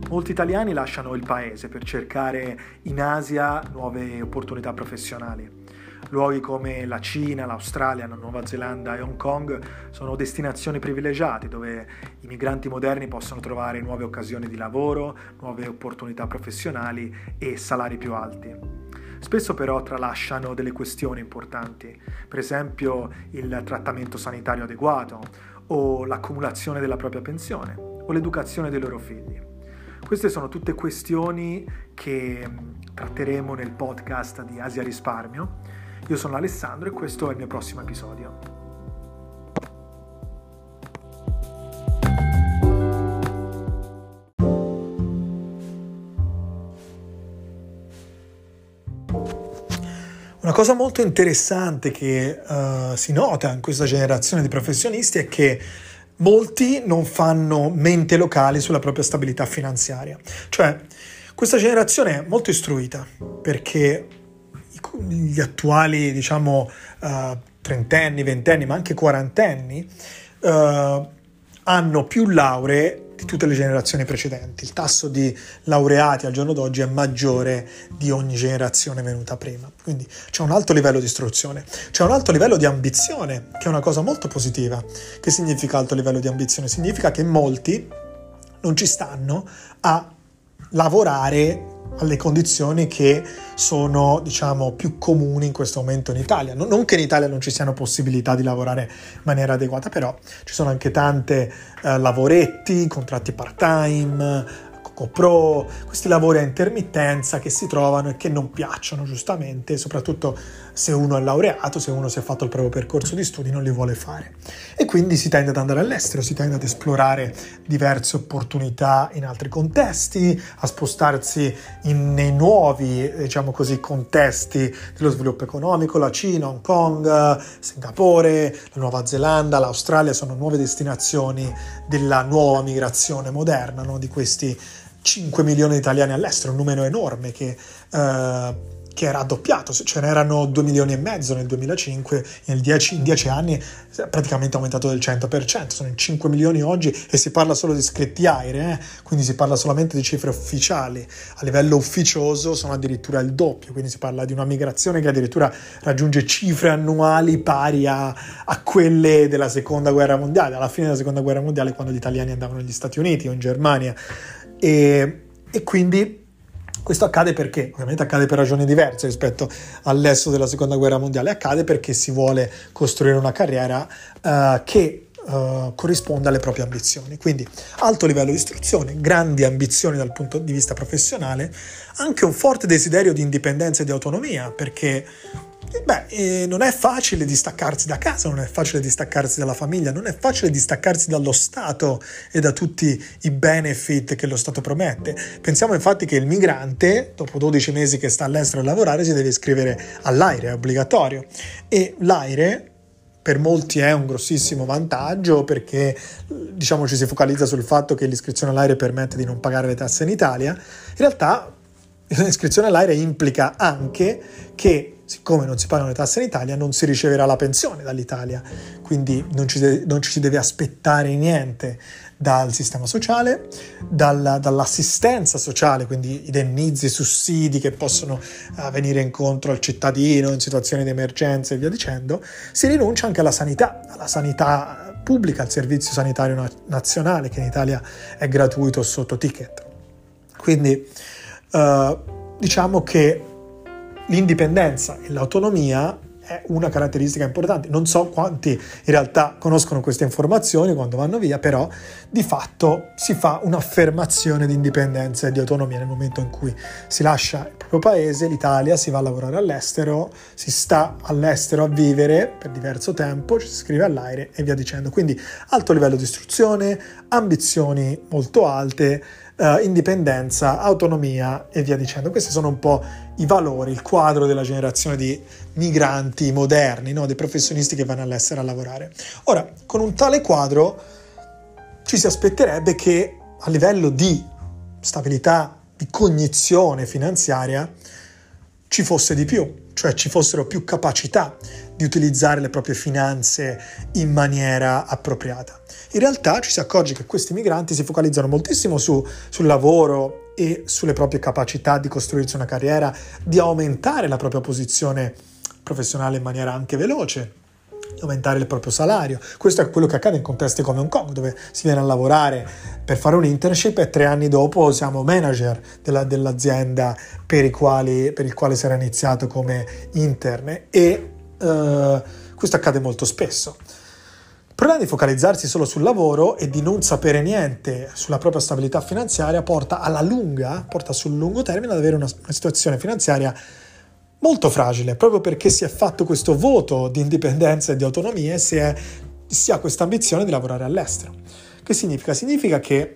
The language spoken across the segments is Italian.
Molti italiani lasciano il paese per cercare in Asia nuove opportunità professionali. Luoghi come la Cina, l'Australia, la Nuova Zelanda e Hong Kong sono destinazioni privilegiate dove i migranti moderni possono trovare nuove occasioni di lavoro, nuove opportunità professionali e salari più alti. Spesso però tralasciano delle questioni importanti, per esempio il trattamento sanitario adeguato o l'accumulazione della propria pensione o l'educazione dei loro figli. Queste sono tutte questioni che tratteremo nel podcast di Asia Risparmio. Io sono Alessandro e questo è il mio prossimo episodio. Una cosa molto interessante che si nota in questa generazione di professionisti è che molti non fanno mente locale sulla propria stabilità finanziaria. Cioè, questa generazione è molto istruita perché gli attuali, trentenni, ventenni, ma anche quarantenni, hanno più lauree di tutte le generazioni precedenti. Il tasso di laureati al giorno d'oggi è maggiore di ogni generazione venuta prima. Quindi c'è un alto livello di istruzione, c'è un alto livello di ambizione, che è una cosa molto positiva. Che significa alto livello di ambizione? Significa che molti non ci stanno a lavorare alle condizioni che sono, più comuni in questo momento in Italia. Non che in Italia non ci siano possibilità di lavorare in maniera adeguata, però ci sono anche tante lavoretti, contratti part-time, co-pro, questi lavori a intermittenza che si trovano e che non piacciono giustamente, soprattutto se uno è laureato, se uno si è fatto il proprio percorso di studi, non li vuole fare. E quindi si tende ad andare all'estero, si tende ad esplorare diverse opportunità in altri contesti, a spostarsi nei nuovi, contesti dello sviluppo economico. La Cina, Hong Kong, Singapore, la Nuova Zelanda, l'Australia sono nuove destinazioni della nuova migrazione moderna, no? Di questi 5 milioni di italiani all'estero, un numero enorme che è raddoppiato. Ce n'erano 2 milioni e mezzo nel 2005, in 10 anni è praticamente aumentato del 100%, sono in 5 milioni oggi e si parla solo di iscritti AIRE, quindi si parla solamente di cifre ufficiali. A livello ufficioso sono addirittura il doppio, quindi si parla di una migrazione che addirittura raggiunge cifre annuali pari a quelle della Seconda Guerra Mondiale, alla fine della Seconda Guerra Mondiale, quando gli italiani andavano negli Stati Uniti o in Germania. E quindi questo accade perché? Ovviamente accade per ragioni diverse rispetto all'esso della Seconda Guerra Mondiale. Accade perché si vuole costruire una carriera che corrisponda alle proprie ambizioni. Quindi alto livello di istruzione, grandi ambizioni dal punto di vista professionale, anche un forte desiderio di indipendenza e di autonomia, perché non è facile distaccarsi da casa, non è facile distaccarsi dalla famiglia, non è facile distaccarsi dallo Stato e da tutti i benefit che lo Stato promette. Pensiamo infatti che il migrante, dopo 12 mesi che sta all'estero a lavorare, si deve iscrivere all'AIRE, è obbligatorio. E l'AIRE per molti è un grossissimo vantaggio perché ci si focalizza sul fatto che l'iscrizione all'AIRE permette di non pagare le tasse in Italia. In realtà l'iscrizione all'AIRE implica anche che, siccome non si pagano le tasse in Italia, non si riceverà la pensione dall'Italia, quindi non ci si deve aspettare niente dal sistema sociale, dall'assistenza sociale, quindi indennizzi, sussidi che possono venire incontro al cittadino in situazioni di emergenza e via dicendo. Si rinuncia anche alla sanità pubblica, al servizio sanitario nazionale, che in Italia è gratuito sotto ticket. Quindi diciamo che l'indipendenza e l'autonomia è una caratteristica importante. Non so quanti in realtà conoscono queste informazioni quando vanno via, però di fatto si fa un'affermazione di indipendenza e di autonomia nel momento in cui si lascia il proprio paese, l'Italia, si va a lavorare all'estero, si sta all'estero a vivere per diverso tempo, ci si iscrive all'AIRE e via dicendo. Quindi alto livello di istruzione, ambizioni molto alte, indipendenza, autonomia e via dicendo. Questi sono un po' i valori, il quadro della generazione di migranti moderni, no? Dei professionisti che vanno all'estero a lavorare. Ora, con un tale quadro ci si aspetterebbe che a livello di stabilità, di cognizione finanziaria ci fosse di più, cioè ci fossero più capacità di utilizzare le proprie finanze in maniera appropriata. In realtà ci si accorge che questi migranti si focalizzano moltissimo sul lavoro e sulle proprie capacità di costruirsi una carriera, di aumentare la propria posizione professionale in maniera anche veloce, di aumentare il proprio salario. Questo è quello che accade in contesti come Hong Kong, dove si viene a lavorare per fare un internship e 3 anni dopo siamo manager dell'azienda per il quale si era iniziato come interne, e questo accade molto spesso. Il problema di focalizzarsi solo sul lavoro e di non sapere niente sulla propria stabilità finanziaria porta sul lungo termine ad avere una situazione finanziaria molto fragile, proprio perché si è fatto questo voto di indipendenza e di autonomia e si ha questa ambizione di lavorare all'estero. Che significa? Significa che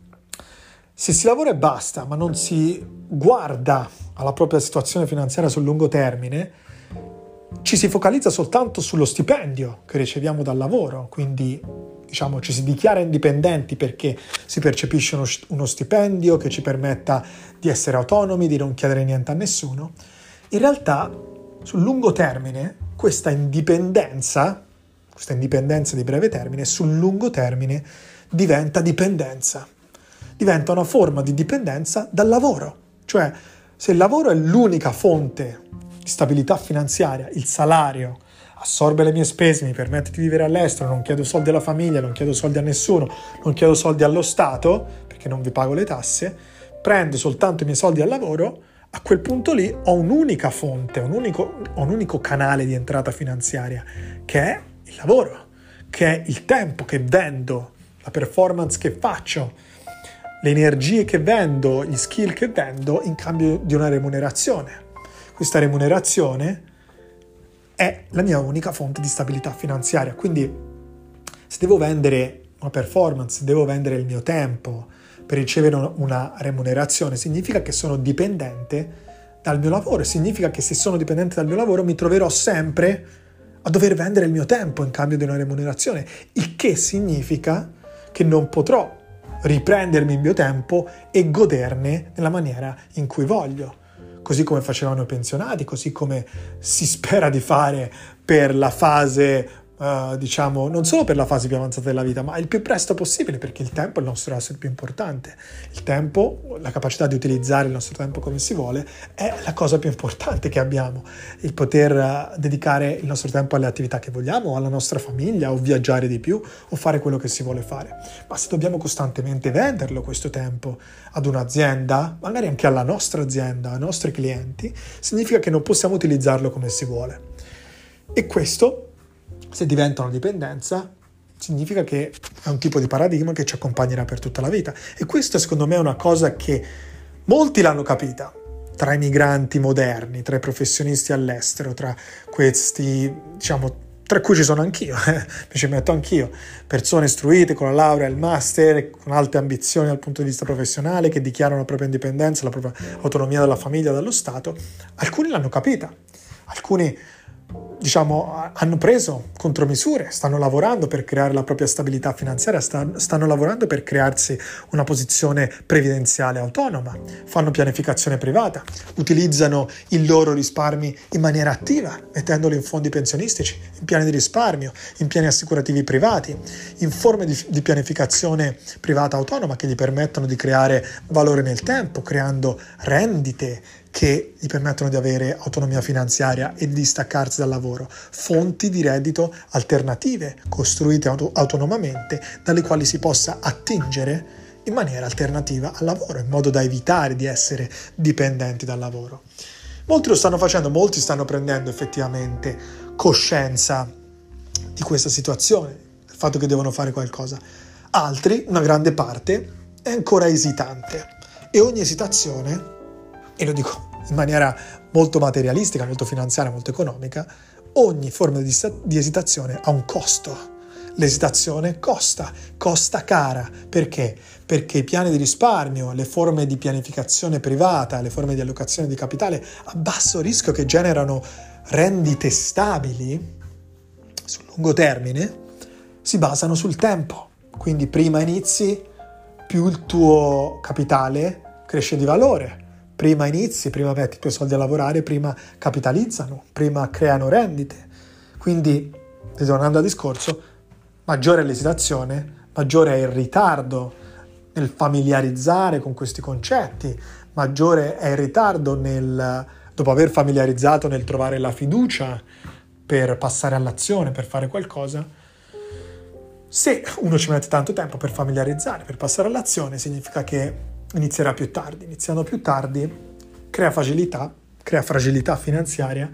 se si lavora e basta, ma non si guarda alla propria situazione finanziaria sul lungo termine, ci si focalizza soltanto sullo stipendio che riceviamo dal lavoro, quindi ci si dichiara indipendenti perché si percepisce uno stipendio che ci permetta di essere autonomi, di non chiedere niente a nessuno. In realtà, sul lungo termine, questa indipendenza di breve termine, sul lungo termine diventa dipendenza. Diventa una forma di dipendenza dal lavoro. Cioè, se il lavoro è l'unica fonte di stabilità finanziaria, il salario assorbe le mie spese, mi permette di vivere all'estero, non chiedo soldi alla famiglia, non chiedo soldi a nessuno, non chiedo soldi allo Stato, perché non vi pago le tasse, prendo soltanto i miei soldi al lavoro, a quel punto lì ho un'unica fonte, un unico canale di entrata finanziaria, che è il lavoro, che è il tempo che vendo, la performance che faccio, le energie che vendo, gli skill che vendo in cambio di una remunerazione. Questa remunerazione è la mia unica fonte di stabilità finanziaria. Quindi se devo vendere una performance, se devo vendere il mio tempo per ricevere una remunerazione, significa che sono dipendente dal mio lavoro. Significa che se sono dipendente dal mio lavoro mi troverò sempre a dover vendere il mio tempo in cambio di una remunerazione, il che significa che non potrò riprendermi il mio tempo e goderne nella maniera in cui voglio, così come facevano i pensionati, così come si spera di fare per la fase, non solo per la fase più avanzata della vita, ma il più presto possibile, perché il tempo è il nostro asset più importante. Il tempo, la capacità di utilizzare il nostro tempo come si vuole, è la cosa più importante che abbiamo. Il poter dedicare il nostro tempo alle attività che vogliamo, o alla nostra famiglia, o viaggiare di più, o fare quello che si vuole fare. Ma se dobbiamo costantemente venderlo questo tempo ad un'azienda, magari anche alla nostra azienda, ai nostri clienti, significa che non possiamo utilizzarlo come si vuole. E questo, se diventa una dipendenza, significa che è un tipo di paradigma che ci accompagnerà per tutta la vita. E questo, secondo me, è una cosa che molti l'hanno capita, tra i migranti moderni, tra i professionisti all'estero, tra questi, tra cui ci sono anch'io, mi ci metto anch'io, persone istruite con la laurea, il master, con alte ambizioni dal punto di vista professionale, che dichiarano la propria indipendenza, la propria autonomia dalla famiglia, dallo Stato. Alcuni l'hanno capita, alcuni hanno preso contromisure, stanno lavorando per creare la propria stabilità finanziaria, stanno lavorando per crearsi una posizione previdenziale autonoma, fanno pianificazione privata, utilizzano i loro risparmi in maniera attiva, mettendoli in fondi pensionistici, in piani di risparmio, in piani assicurativi privati, in forme di pianificazione privata autonoma che gli permettono di creare valore nel tempo, creando rendite che gli permettono di avere autonomia finanziaria e di distaccarsi dal lavoro, fonti di reddito alternative costruite autonomamente dalle quali si possa attingere in maniera alternativa al lavoro, in modo da evitare di essere dipendenti dal lavoro. Molti lo stanno facendo, molti stanno prendendo effettivamente coscienza di questa situazione, del fatto che devono fare qualcosa. Altri, una grande parte, è ancora esitante, e ogni esitazione, e lo dico in maniera molto materialistica, molto finanziaria, molto economica, ogni forma di esitazione ha un costo. L'esitazione costa cara. Perché? Perché i piani di risparmio, le forme di pianificazione privata, le forme di allocazione di capitale a basso rischio che generano rendite stabili sul lungo termine, si basano sul tempo. Quindi prima inizi, più il tuo capitale cresce di valore. Prima inizi, prima metti i tuoi soldi a lavorare, prima capitalizzano, prima creano rendite. Quindi, ritornando al discorso, maggiore è l'esitazione, maggiore è il ritardo nel familiarizzare con questi concetti, maggiore è il ritardo dopo aver familiarizzato, nel trovare la fiducia per passare all'azione, per fare qualcosa. Se uno ci mette tanto tempo per familiarizzare, per passare all'azione, significa che inizierà più tardi. Iniziando più tardi crea fragilità finanziaria,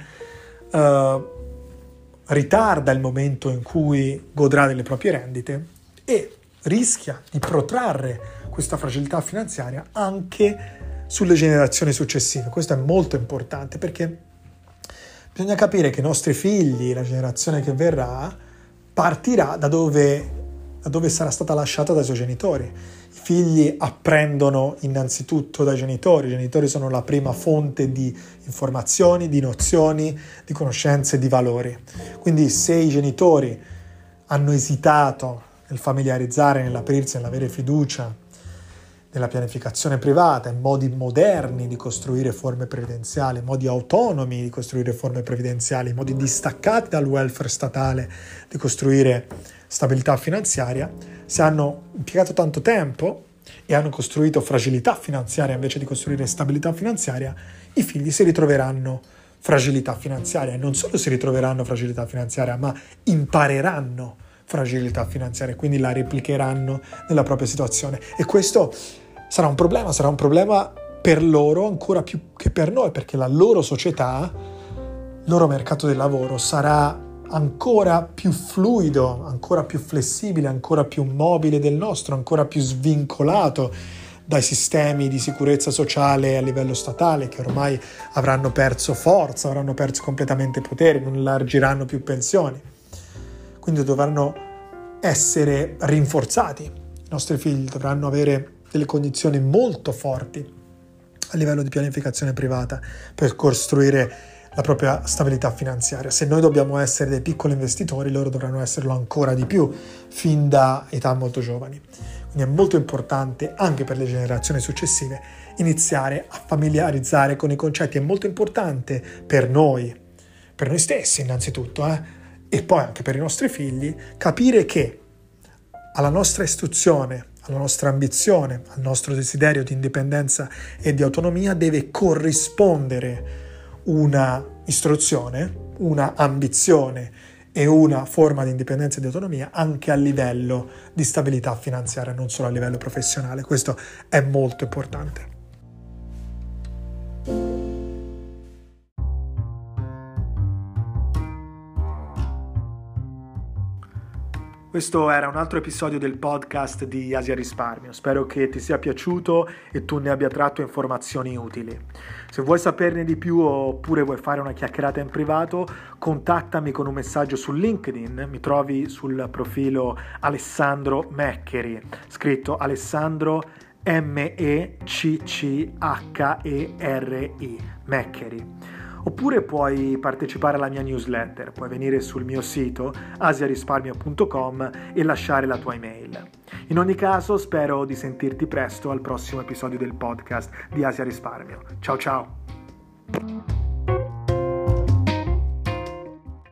ritarda il momento in cui godrà delle proprie rendite e rischia di protrarre questa fragilità finanziaria anche sulle generazioni successive. Questo è molto importante, perché bisogna capire che i nostri figli, la generazione che verrà, partirà da dove sarà stata lasciata dai suoi genitori. I figli apprendono innanzitutto dai genitori. I genitori sono la prima fonte di informazioni, di nozioni, di conoscenze, di valori. Quindi se i genitori hanno esitato nel familiarizzare, nell'aprirsi, nell'avere fiducia nella pianificazione privata, in modi moderni di costruire forme previdenziali, modi autonomi di costruire forme previdenziali, modi distaccati dal welfare statale di costruire stabilità finanziaria, se hanno impiegato tanto tempo e hanno costruito fragilità finanziaria invece di costruire stabilità finanziaria, i figli si ritroveranno fragilità finanziaria, e non solo si ritroveranno fragilità finanziaria, ma impareranno fragilità finanziaria, quindi la replicheranno nella propria situazione. E questo sarà un problema per loro ancora più che per noi, perché la loro società, il loro mercato del lavoro sarà ancora più fluido, ancora più flessibile, ancora più mobile del nostro, ancora più svincolato dai sistemi di sicurezza sociale a livello statale, che ormai avranno perso forza, avranno perso completamente potere, non elargiranno più pensioni. Quindi dovranno essere rinforzati. I nostri figli dovranno avere delle condizioni molto forti a livello di pianificazione privata per costruire la propria stabilità finanziaria. Se noi dobbiamo essere dei piccoli investitori, loro dovranno esserlo ancora di più fin da età molto giovani. Quindi è molto importante anche per le generazioni successive iniziare a familiarizzare con i concetti. È molto importante per noi stessi innanzitutto, e poi anche per i nostri figli, capire che alla nostra istruzione, alla nostra ambizione, al nostro desiderio di indipendenza e di autonomia deve corrispondere una istruzione, una ambizione e una forma di indipendenza e di autonomia anche a livello di stabilità finanziaria, non solo a livello professionale. Questo è molto importante. Questo era un altro episodio del podcast di Asia Risparmio. Spero che ti sia piaciuto e tu ne abbia tratto informazioni utili. Se vuoi saperne di più oppure vuoi fare una chiacchierata in privato, contattami con un messaggio su LinkedIn. Mi trovi sul profilo Alessandro Meccheri, scritto Alessandro Meccheri, Meccheri. Oppure puoi partecipare alla mia newsletter, puoi venire sul mio sito asiarisparmio.com e lasciare la tua email. In ogni caso spero di sentirti presto al prossimo episodio del podcast di Asia Risparmio. Ciao ciao!